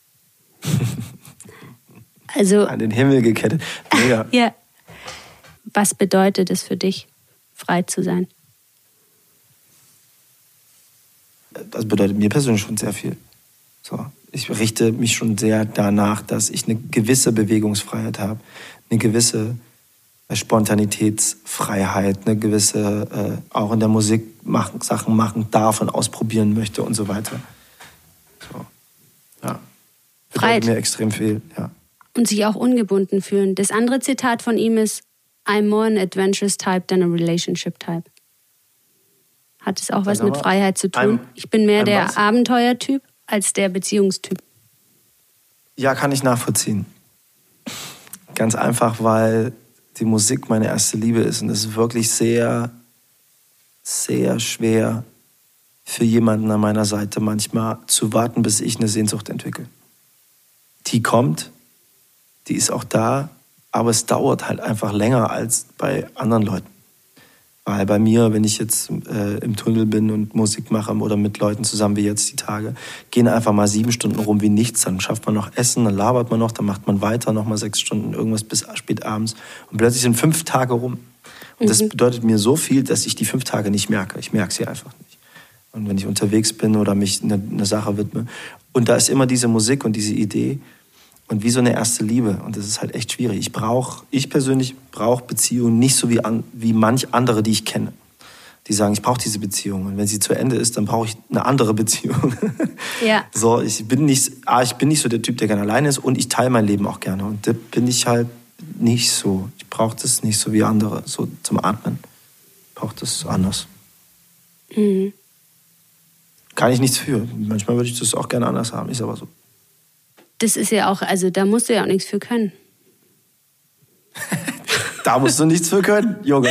Also, an den Himmel gekettet. Mega. Ja. Was bedeutet es für dich, frei zu sein? Das bedeutet mir persönlich schon sehr viel. So. Ich richte mich schon sehr danach, dass ich eine gewisse Bewegungsfreiheit habe, eine gewisse Spontanitätsfreiheit, eine gewisse, äh, auch in der Musik machen, Sachen machen darf und ausprobieren möchte und so weiter. So. Ja. Bedeutet mir extrem viel, ja. Und sich auch ungebunden fühlen. Das andere Zitat von ihm ist, I'm more an adventurous type than a relationship type. Hat es auch was mit Freiheit zu tun? Ich bin mehr der was? Abenteuertyp als der Beziehungstyp. Ja, kann ich nachvollziehen. Ganz einfach, weil die Musik meine erste Liebe ist. Und es ist wirklich sehr, sehr schwer für jemanden an meiner Seite manchmal zu warten, bis ich eine Sehnsucht entwickle. Die kommt, die ist auch da, aber es dauert halt einfach länger als bei anderen Leuten. Weil bei mir, wenn ich jetzt äh, im Tunnel bin und Musik mache oder mit Leuten zusammen wie jetzt die Tage, gehen einfach mal sieben Stunden rum wie nichts. Dann schafft man noch Essen, dann labert man noch, dann macht man weiter, noch mal sechs Stunden irgendwas bis spät abends. Und plötzlich sind fünf Tage rum. Und mhm. das bedeutet mir so viel, dass ich die fünf Tage nicht merke. Ich merke sie einfach nicht. Und wenn ich unterwegs bin oder mich einer eine Sache widme. Und da ist immer diese Musik und diese Idee. Und wie so eine erste Liebe. Und das ist halt echt schwierig. Ich brauche, ich persönlich brauche Beziehungen nicht so wie, an, wie manch andere, die ich kenne. die sagen, ich brauche diese Beziehung. Und wenn sie zu Ende ist, dann brauche ich eine andere Beziehung. Ja. So, ich bin nicht, ah, ich bin nicht so der Typ, der gerne alleine ist und ich teile mein Leben auch gerne. Und da bin ich halt nicht so. Ich brauche das nicht so wie andere, so zum Atmen. Ich brauche das anders. Mhm. Kann ich nichts für. Manchmal würde ich das auch gerne anders haben, ist aber so. Das ist ja auch, also da musst du ja auch nichts für können. Da musst du nichts für können, Junge.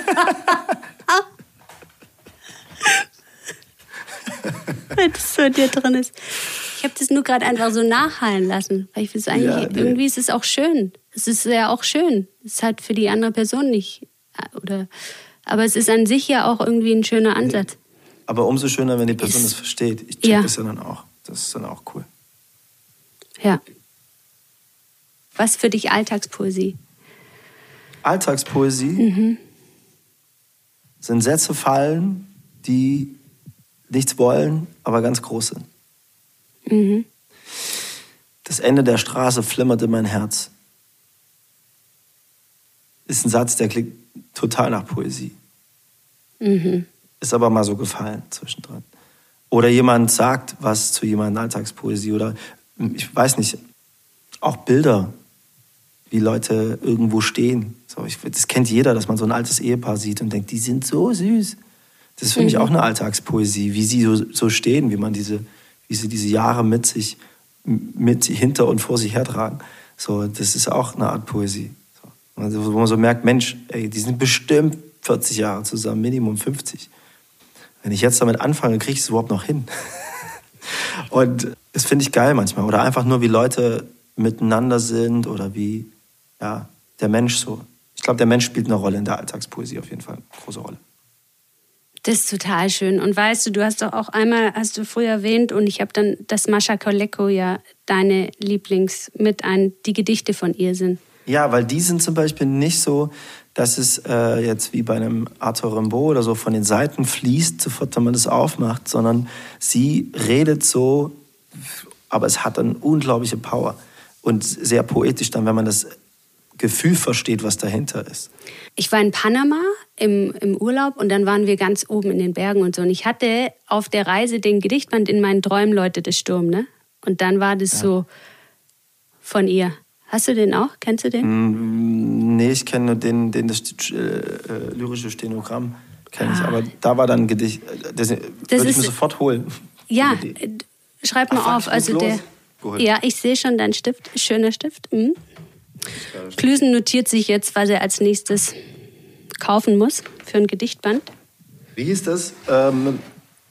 Wenn das so in dir drin ist. Ich habe das nur gerade einfach so nachhallen lassen, weil ich finde es eigentlich, Ja, nee. irgendwie ist es auch schön. Es ist ja auch schön. Es ist halt für die andere Person nicht, oder, aber es ist an sich ja auch irgendwie ein schöner Ansatz. Nee. Aber umso schöner, wenn die Person Ist- das versteht. Ich check Ja. das ja dann auch. Das ist dann auch cool. Ja. Was für dich Alltagspoesie? Alltagspoesie Mhm. sind Sätze fallen, die nichts wollen, aber ganz groß sind. Mhm. Das Ende der Straße flimmerte mein Herz. Ist ein Satz, der klingt total nach Poesie. Mhm. Ist aber mal so gefallen zwischendrin. Oder jemand sagt was zu jemandem Alltagspoesie. Oder ich weiß nicht, auch Bilder, wie Leute irgendwo stehen. So, ich, das kennt jeder, dass man so ein altes Ehepaar sieht und denkt, die sind so süß. Das ist für mich Mhm. auch eine Alltagspoesie, wie sie so, so stehen, wie man diese, wie sie diese Jahre mit sich, mit hinter und vor sich hertragen. So, das ist auch eine Art Poesie. So, also, wo man so merkt, Mensch, ey, die sind bestimmt vierzig Jahre zusammen, Minimum fünfzig. Wenn ich jetzt damit anfange, kriege ich es überhaupt noch hin. Und das finde ich geil manchmal. Oder einfach nur, wie Leute miteinander sind oder wie ja, der Mensch so. Ich glaube, der Mensch spielt eine Rolle in der Alltagspoesie auf jeden Fall. Eine große Rolle. Das ist total schön. Und weißt du, du hast doch auch einmal, hast du früher erwähnt, und ich habe dann, dass Mascha Kaleko ja deine Lieblings, mit ein, die Gedichte von ihr sind. Ja, weil die sind zum Beispiel nicht so, dass es äh, jetzt wie bei einem Arthur Rimbaud oder so von den Seiten fließt, sofort, wenn man das aufmacht, sondern sie redet so, aber es hat eine unglaubliche Power und sehr poetisch dann, wenn man das Gefühl versteht, was dahinter ist. Ich war in Panama im, im Urlaub und dann waren wir ganz oben in den Bergen und so. Und ich hatte auf der Reise den Gedichtband In meinen Träumen läutet es Sturm, ne? Und dann war das ja. so von ihr. Hast du den auch? Kennst du den? Mm, nee, ich kenne nur den, den das äh, äh, lyrische Stenogramm kenne ich. Ah. Aber da war dann ein Gedicht, das, das würde ich mir sofort holen. Ja, schreib mal Ach, auf. Also der, los. ja, ich sehe schon deinen Stift. Schöner Stift. Mhm. Klüsen notiert sich jetzt, was er als nächstes kaufen muss für ein Gedichtband. Wie hieß das? Ähm,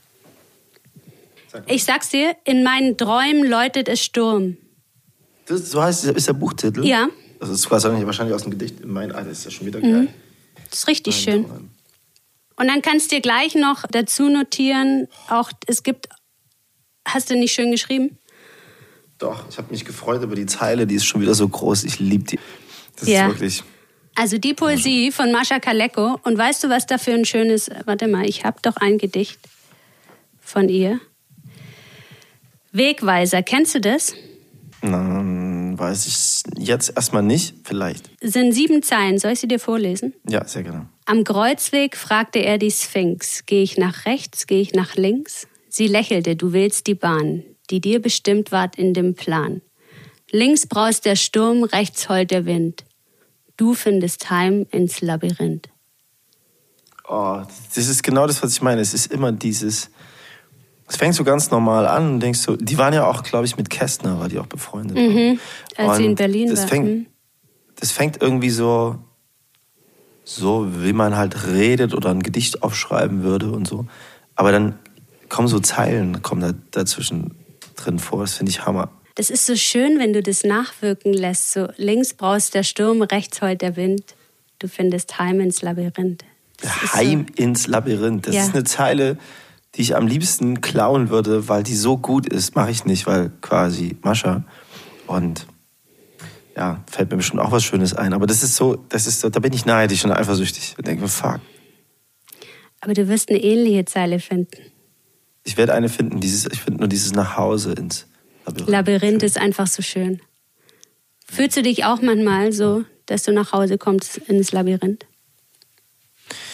sag ich sag's dir, in meinen Träumen läutet es Sturm. Das, so heißt ist der Buchtitel? Ja. Das ist wahrscheinlich aus dem Gedicht. Mein Alter, ist ja schon wieder geil. Mhm. Das ist richtig schön. Und dann kannst du dir gleich noch dazu notieren, auch es gibt, hast du nicht schön geschrieben? Doch, ich habe mich gefreut über die Zeile, die ist schon wieder so groß. Ich liebe die. Das ja. ist wirklich... Also die Poesie von Mascha Kaleko. Und weißt du, was da für ein schönes... Warte mal, ich habe doch ein Gedicht von ihr. Wegweiser, kennst du das? Na, weiß ich jetzt erstmal nicht, vielleicht. Sind sieben Zeilen, soll ich sie dir vorlesen? Ja, sehr gerne. Am Kreuzweg fragte er die Sphinx. Gehe ich nach rechts, gehe ich nach links? Sie lächelte, du wählst die Bahn, die dir bestimmt ward in dem Plan. Links braust der Sturm, rechts heult der Wind. Du findest heim ins Labyrinth. Oh, das ist genau das, was ich meine. Es ist immer dieses... Es fängt so ganz normal an und denkst so... Die waren ja auch, glaube ich, mit Kästner, war die auch befreundet. Mhm, als und sie in Berlin das war. Fängt, mhm. Das fängt irgendwie so... So, wie man halt redet oder ein Gedicht aufschreiben würde und so. Aber dann kommen so Zeilen, kommen da dazwischen drin vor. Das finde ich Hammer. Das ist so schön, wenn du das nachwirken lässt. So links braust der Sturm, rechts heult der Wind. Du findest heim ins Labyrinth. Das Heim so. ins Labyrinth. Das ja. ist eine Zeile, die ich am liebsten klauen würde, weil die so gut ist. Mache ich nicht, weil quasi Mascha. Und ja, fällt mir bestimmt auch was Schönes ein. Aber das ist so, das ist so, da bin ich neidisch und eifersüchtig. Ich denke mir, fuck. Aber du wirst eine ähnliche Zeile finden. Ich werde eine finden. Dieses, ich finde nur dieses nach Hause ins Labyrinth. Labyrinth ist einfach so schön. Fühlst du dich auch manchmal so, dass du nach Hause kommst ins Labyrinth?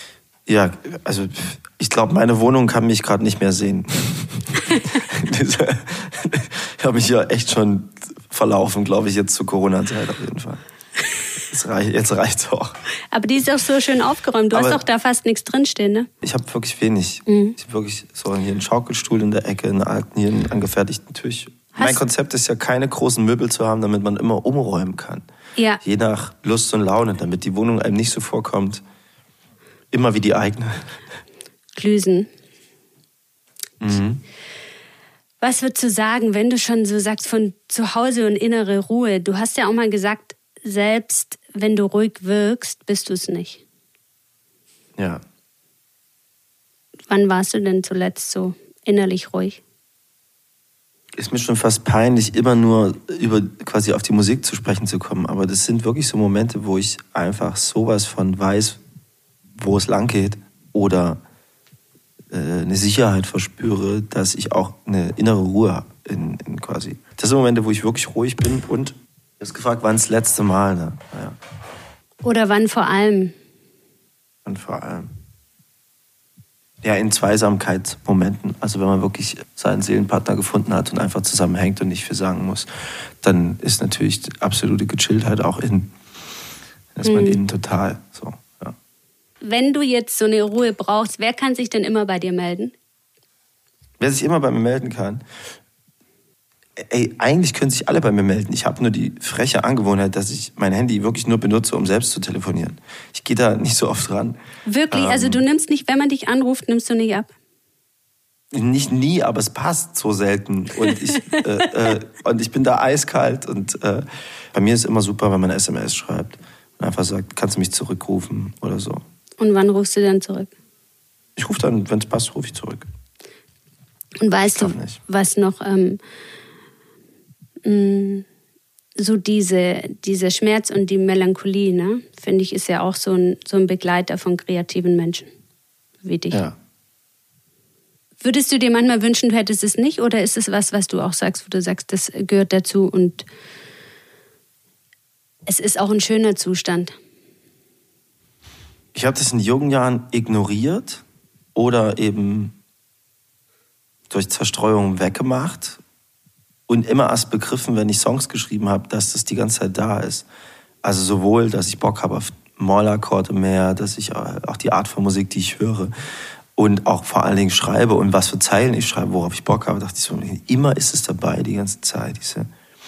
Ja, also ich glaube, meine Wohnung kann mich gerade nicht mehr sehen. Ich habe mich ja echt schon verlaufen, glaube ich, jetzt zur Corona-Zeit auf jeden Fall. Jetzt, reich, jetzt reicht's auch. Aber die ist auch so schön aufgeräumt. Du Aber hast doch da fast nichts drinstehen, ne? Ich habe wirklich wenig. Mhm. Ich habe wirklich so hier einen Schaukelstuhl in der Ecke, einen alten, hier einen angefertigten Tisch. Hast mein Konzept ist ja, keine großen Möbel zu haben, damit man immer umräumen kann. Ja. Je nach Lust und Laune, damit die Wohnung einem nicht so vorkommt, immer wie die eigene. Glüsen. Mhm. Was würdest du sagen, wenn du schon so sagst von zu Hause und innere Ruhe? Du hast ja auch mal gesagt, selbst wenn du ruhig wirkst, bist du es nicht. Ja. Wann warst du denn zuletzt so innerlich ruhig? Ist mir schon fast peinlich, immer nur über quasi auf die Musik zu sprechen zu kommen. Aber das sind wirklich so Momente, wo ich einfach sowas von weiß, wo es lang geht. Oder äh, eine Sicherheit verspüre, dass ich auch eine innere Ruhe habe. In, in quasi. Das sind Momente, wo ich wirklich ruhig bin. Und du hast gefragt, wann das letzte Mal? Ne? Ja. Oder wann vor allem? Und vor allem. Ja, in Zweisamkeitsmomenten. Also wenn man wirklich seinen Seelenpartner gefunden hat und einfach zusammenhängt und nicht viel sagen muss, dann ist natürlich absolute Gechilltheit auch in. Dann ist man Mhm. innen total so. Ja. Wenn du jetzt so eine Ruhe brauchst, wer kann sich denn immer bei dir melden? Wer sich immer bei mir melden kann, ey, eigentlich können sich alle bei mir melden. Ich habe nur die freche Angewohnheit, dass ich mein Handy wirklich nur benutze, um selbst zu telefonieren. Ich gehe da nicht so oft ran. Wirklich? Ähm, Also du nimmst nicht, wenn man dich anruft, nimmst du nicht ab? Nicht nie, aber es passt so selten. Und ich, äh, äh, und ich bin da eiskalt. Und äh, bei mir ist immer super, wenn man eine S M S schreibt und einfach sagt, kannst du mich zurückrufen oder so. Und wann rufst du dann zurück? Ich rufe dann, wenn es passt, rufe ich zurück. Und weißt du, Darf nicht. was noch ähm, mh, so diese, diese Schmerz und die Melancholie, ne, finde ich, ist ja auch so ein, so ein Begleiter von kreativen Menschen wie dich. Ja. Würdest du dir manchmal wünschen, du hättest es nicht? Oder ist es was, was du auch sagst, wo du sagst, das gehört dazu und es ist auch ein schöner Zustand? Ich habe das in jungen Jahren ignoriert oder eben durch Zerstreuung weggemacht und immer erst begriffen, wenn ich Songs geschrieben habe, dass das die ganze Zeit da ist. Also sowohl, dass ich Bock habe auf Mollakkorde mehr, dass ich auch die Art von Musik, die ich höre und auch vor allen Dingen schreibe und was für Zeilen ich schreibe, worauf ich Bock habe, dachte ich so, immer ist es dabei, die ganze Zeit. Diese,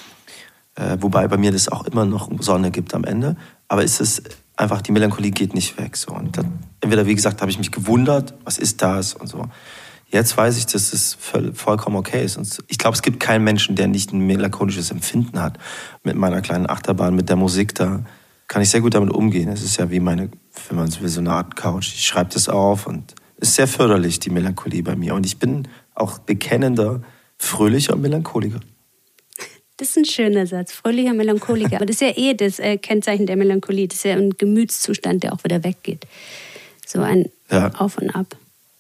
äh, wobei bei mir das auch immer noch Sonne gibt am Ende, aber ist es einfach, die Melancholie geht nicht weg. So. Und dann, entweder, wie gesagt, habe ich mich gewundert, was ist das und so. Jetzt weiß ich, dass es voll, vollkommen okay ist. Und ich glaube, es gibt keinen Menschen, der nicht ein melancholisches Empfinden hat. Mit meiner kleinen Achterbahn, mit der Musik da, kann ich sehr gut damit umgehen. Es ist ja wie meine, wenn man so will, so eine Art Couch. Ich schreibe das auf und es ist sehr förderlich, die Melancholie bei mir. Und ich bin auch bekennender, fröhlicher Melancholiker. Das ist ein schöner Satz, fröhlicher Melancholiker. Aber das ist ja eh das äh, Kennzeichen der Melancholie. Das ist ja ein Gemütszustand, der auch wieder weggeht. So ein Ja. Auf und Ab.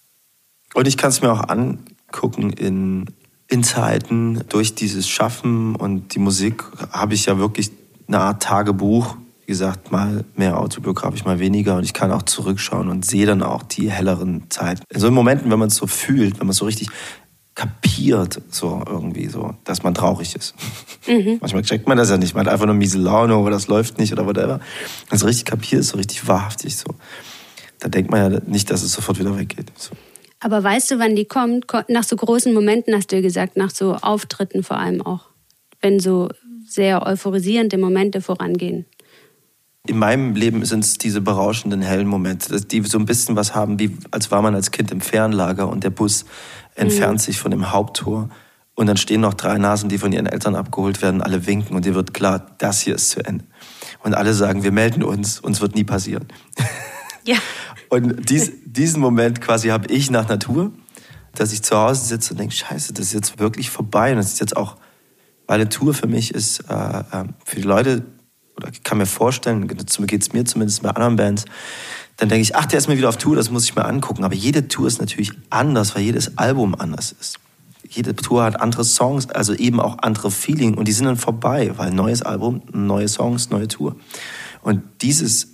Und ich kann es mir auch angucken in, in Zeiten, durch dieses Schaffen und die Musik habe ich ja wirklich eine Art Tagebuch. Wie gesagt, mal mehr autobiografisch, mal weniger. Und ich kann auch zurückschauen und sehe dann auch die helleren Zeiten. In so Momenten, wenn man es so fühlt, wenn man es so richtig kapiert, so irgendwie so, dass man traurig ist. Mhm. Manchmal checkt man das ja nicht. Man hat einfach nur miese Laune oder das läuft nicht oder whatever. Wenn man es richtig kapiert, ist so richtig wahrhaftig so. Da denkt man ja nicht, dass es sofort wieder weggeht. So. Aber weißt du, wann die kommt? Nach so großen Momenten, hast du ja gesagt, nach so Auftritten vor allem auch. Wenn so sehr euphorisierende Momente vorangehen. In meinem Leben sind es diese berauschenden, hellen Momente, die so ein bisschen was haben, wie als war man als Kind im Fernlager und der Bus entfernt mhm. sich von dem Haupttor und dann stehen noch drei Nasen, die von ihren Eltern abgeholt werden, alle winken und dir wird klar, das hier ist zu Ende. Und alle sagen, wir melden uns, uns wird nie passieren. Ja. Und dies, diesen Moment quasi habe ich nach Natur, dass ich zu Hause sitze und denke, scheiße, das ist jetzt wirklich vorbei. Und das ist jetzt auch, weil eine Tour für mich ist, äh, für die Leute, oder ich kann mir vorstellen, so geht es mir zumindest bei anderen Bands, dann denke ich, ach, der ist mir wieder auf Tour, das muss ich mir angucken. Aber jede Tour ist natürlich anders, weil jedes Album anders ist. Jede Tour hat andere Songs, also eben auch andere Feeling. Und die sind dann vorbei, weil neues Album, neue Songs, neue Tour. Und dieses,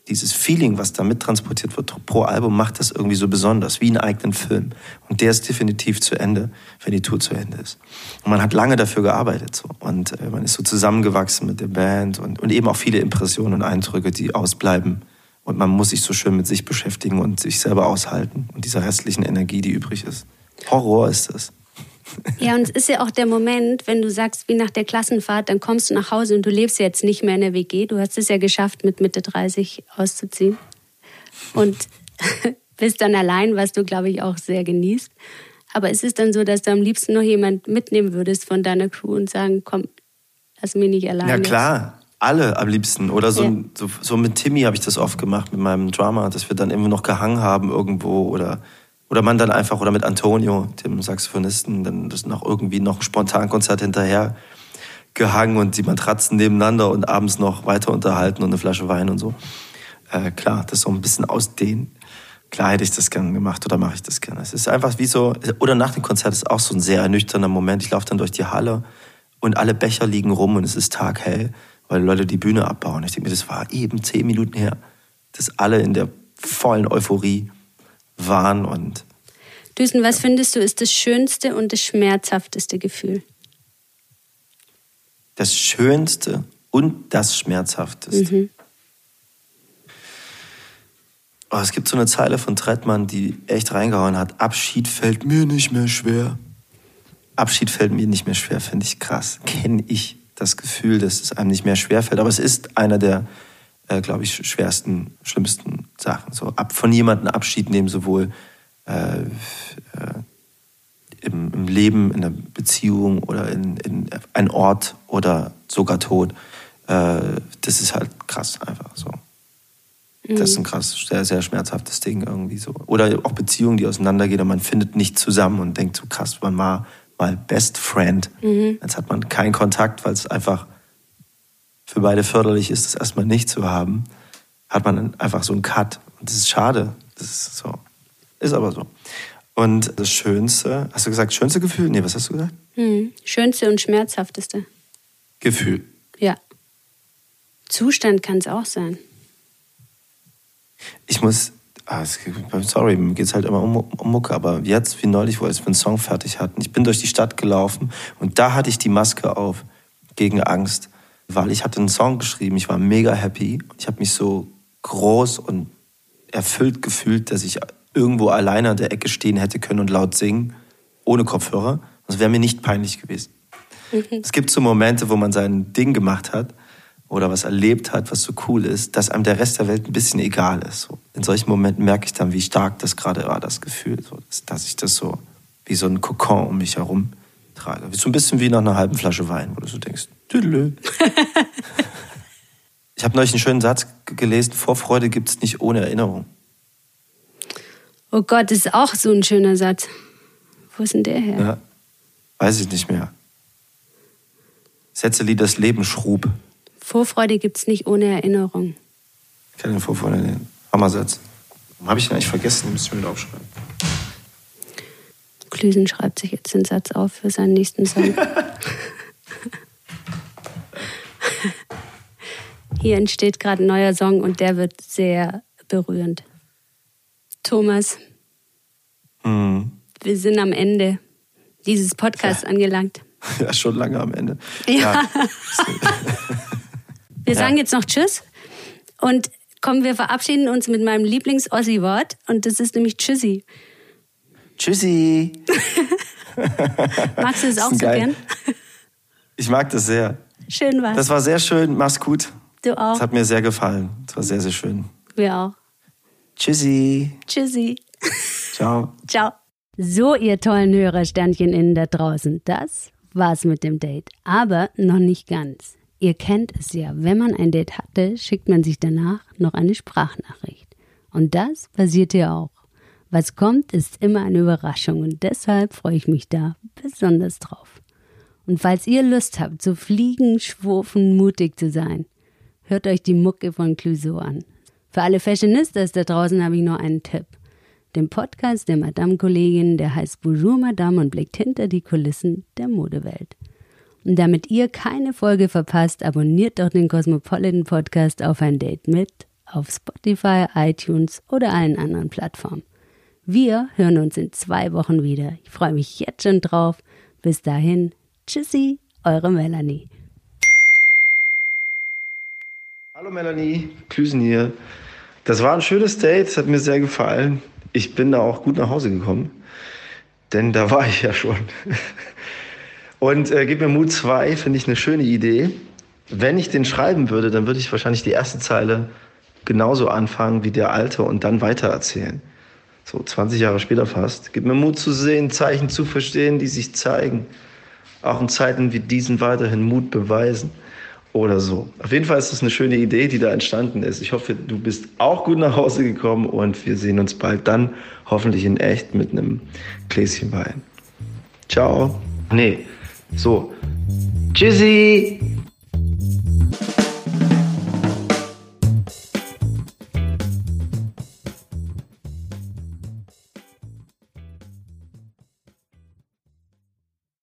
dieses Feeling, was da mittransportiert wird pro Album, macht das irgendwie so besonders, wie einen eigenen Film. Und der ist definitiv zu Ende, wenn die Tour zu Ende ist. Und man hat lange dafür gearbeitet. So. Und äh, man ist so zusammengewachsen mit der Band und, und eben auch viele Impressionen und Eindrücke, die ausbleiben. Und man muss sich so schön mit sich beschäftigen und sich selber aushalten. Und dieser restlichen Energie, die übrig ist. Horror ist das. Ja, und es ist ja auch der Moment, wenn du sagst, wie nach der Klassenfahrt, dann kommst du nach Hause und du lebst jetzt nicht mehr in der W G. Du hast es ja geschafft, mit Mitte dreißig auszuziehen. Und bist dann allein, was du, glaube ich, auch sehr genießt. Aber ist es dann so, dass du am liebsten noch jemand mitnehmen würdest von deiner Crew und sagen, komm, lass mich nicht alleine? Ja, klar. Alle am liebsten. Oder so, ja. so, so mit Timmy habe ich das oft gemacht, mit meinem Drummer, dass wir dann immer noch gehangen haben irgendwo oder... Oder man dann einfach, oder mit Antonio, dem Saxophonisten, dann ist noch irgendwie noch ein Spontankonzert hinterher gehangen und die Matratzen nebeneinander und abends noch weiter unterhalten und eine Flasche Wein und so. Äh, klar, das so ein bisschen ausdehnen. Klar hätte ich das gerne gemacht oder mache ich das gerne. Es ist einfach wie so, oder nach dem Konzert ist auch so ein sehr ernüchternder Moment. Ich laufe dann durch die Halle und alle Becher liegen rum und es ist taghell, weil Leute die Bühne abbauen. Ich denke mir, das war eben zehn Minuten her, dass alle in der vollen Euphorie waren und... Düsen, was findest du ist das schönste und das schmerzhafteste Gefühl? Das schönste und das schmerzhafteste. Mhm. Oh, es gibt so eine Zeile von Trettmann, die echt reingehauen hat. Abschied fällt mir nicht mehr schwer. Abschied fällt mir nicht mehr schwer, finde ich krass. Kenne ich das Gefühl, dass es einem nicht mehr schwer fällt. Aber es ist einer der, äh, glaube ich, schwersten, schlimmsten Sachen. So ab, von jemandem Abschied nehmen, sowohl äh, äh, im, im Leben, in der Beziehung oder in, in ein Ort oder sogar Tod. Äh, das ist halt krass einfach so. Mhm. Das ist ein krass, sehr, sehr schmerzhaftes Ding irgendwie so. Oder auch Beziehungen, die auseinandergehen und man findet nicht zusammen und denkt so krass, man war mal Best Friend. Mhm. Jetzt hat man keinen Kontakt, weil es einfach für beide förderlich ist, das erstmal nicht zu haben. Hat man dann einfach so einen Cut. Und das ist schade. Das ist so. Ist aber so. Und das Schönste, hast du gesagt, schönste Gefühl? Nee, was hast du gesagt? Hm. Schönste und schmerzhafteste. Gefühl. Ja. Zustand kann es auch sein. Ich muss, ah, sorry, mir geht es halt immer um, um Mucke, aber jetzt, wie neulich, wo wir einen Song fertig hatten, ich bin durch die Stadt gelaufen und da hatte ich die Maske auf gegen Angst, weil ich hatte einen Song geschrieben, ich war mega happy. Ich habe mich so groß und erfüllt gefühlt, dass ich irgendwo alleine an der Ecke stehen hätte können und laut singen, ohne Kopfhörer. Das wäre mir nicht peinlich gewesen. Mhm. Es gibt so Momente, wo man sein Ding gemacht hat oder was erlebt hat, was so cool ist, dass einem der Rest der Welt ein bisschen egal ist. So. In solchen Momenten merke ich dann, wie stark das gerade war, das Gefühl, so, dass, dass ich das so wie so ein Kokon um mich herum trage. So ein bisschen wie nach einer halben Flasche Wein, wo du so denkst, tüdelö. Ich habe neulich einen schönen Satz gelesen, Vorfreude gibt es nicht ohne Erinnerung. Oh Gott, das ist auch so ein schöner Satz. Wo ist denn der her? Ja, weiß ich nicht mehr. Sätze, die das Leben schrub. Vorfreude gibt's nicht ohne Erinnerung. Ich kenne den Vorfreude, den Hammersatz. Warum habe ich den eigentlich vergessen? Den müsste ich mir wieder aufschreiben. Klüsen schreibt sich jetzt den Satz auf für seinen nächsten Song. Hier entsteht gerade ein neuer Song und der wird sehr berührend. Thomas, mhm. wir sind am Ende dieses Podcasts ja. angelangt. Ja, schon lange am Ende. Ja. ja. Wir sagen ja. jetzt noch Tschüss und kommen, wir verabschieden uns mit meinem Lieblings-Ossi-Wort und das ist nämlich Tschüssi. Tschüssi. Magst du das auch so gern? Ich mag das sehr. Schön war's. Das war sehr schön. Mach's gut. Du auch. Das hat mir sehr gefallen. Das war sehr, sehr schön. Wir auch. Tschüssi. Tschüssi. Ciao. Ciao. So, ihr tollen Hörersternchen da draußen, das war's mit dem Date. Aber noch nicht ganz. Ihr kennt es ja, wenn man ein Date hatte, schickt man sich danach noch eine Sprachnachricht. Und das passiert hier auch. Was kommt, ist immer eine Überraschung und deshalb freue ich mich da besonders drauf. Und falls ihr Lust habt, so fliegen, schwurfen, mutig zu sein, hört euch die Mucke von Clouseau an. Für alle Fashionistas da draußen habe ich noch einen Tipp. Den Podcast der Madame-Kollegin, der heißt Bonjour Madame und blickt hinter die Kulissen der Modewelt. Und damit ihr keine Folge verpasst, abonniert doch den Cosmopolitan Podcast auf ein Date mit auf Spotify, iTunes oder allen anderen Plattformen. Wir hören uns in zwei Wochen wieder. Ich freue mich jetzt schon drauf. Bis dahin, tschüssi, eure Melanie. Hallo Melanie, Klüsen hier. Das war ein schönes Date, hat mir sehr gefallen. Ich bin da auch gut nach Hause gekommen, denn da war ich ja schon. Und äh, Gib mir Mut zwei, finde ich eine schöne Idee. Wenn ich den schreiben würde, dann würde ich wahrscheinlich die erste Zeile genauso anfangen wie der alte und dann weitererzählen. So zwanzig Jahre später fast. Gib mir Mut zu sehen, Zeichen zu verstehen, die sich zeigen. Auch in Zeiten wie diesen weiterhin Mut beweisen. Oder so. Auf jeden Fall ist das eine schöne Idee, die da entstanden ist. Ich hoffe, du bist auch gut nach Hause gekommen und wir sehen uns bald dann, hoffentlich in echt mit einem Gläschen Wein. Ciao. Nee, so. Tschüssi.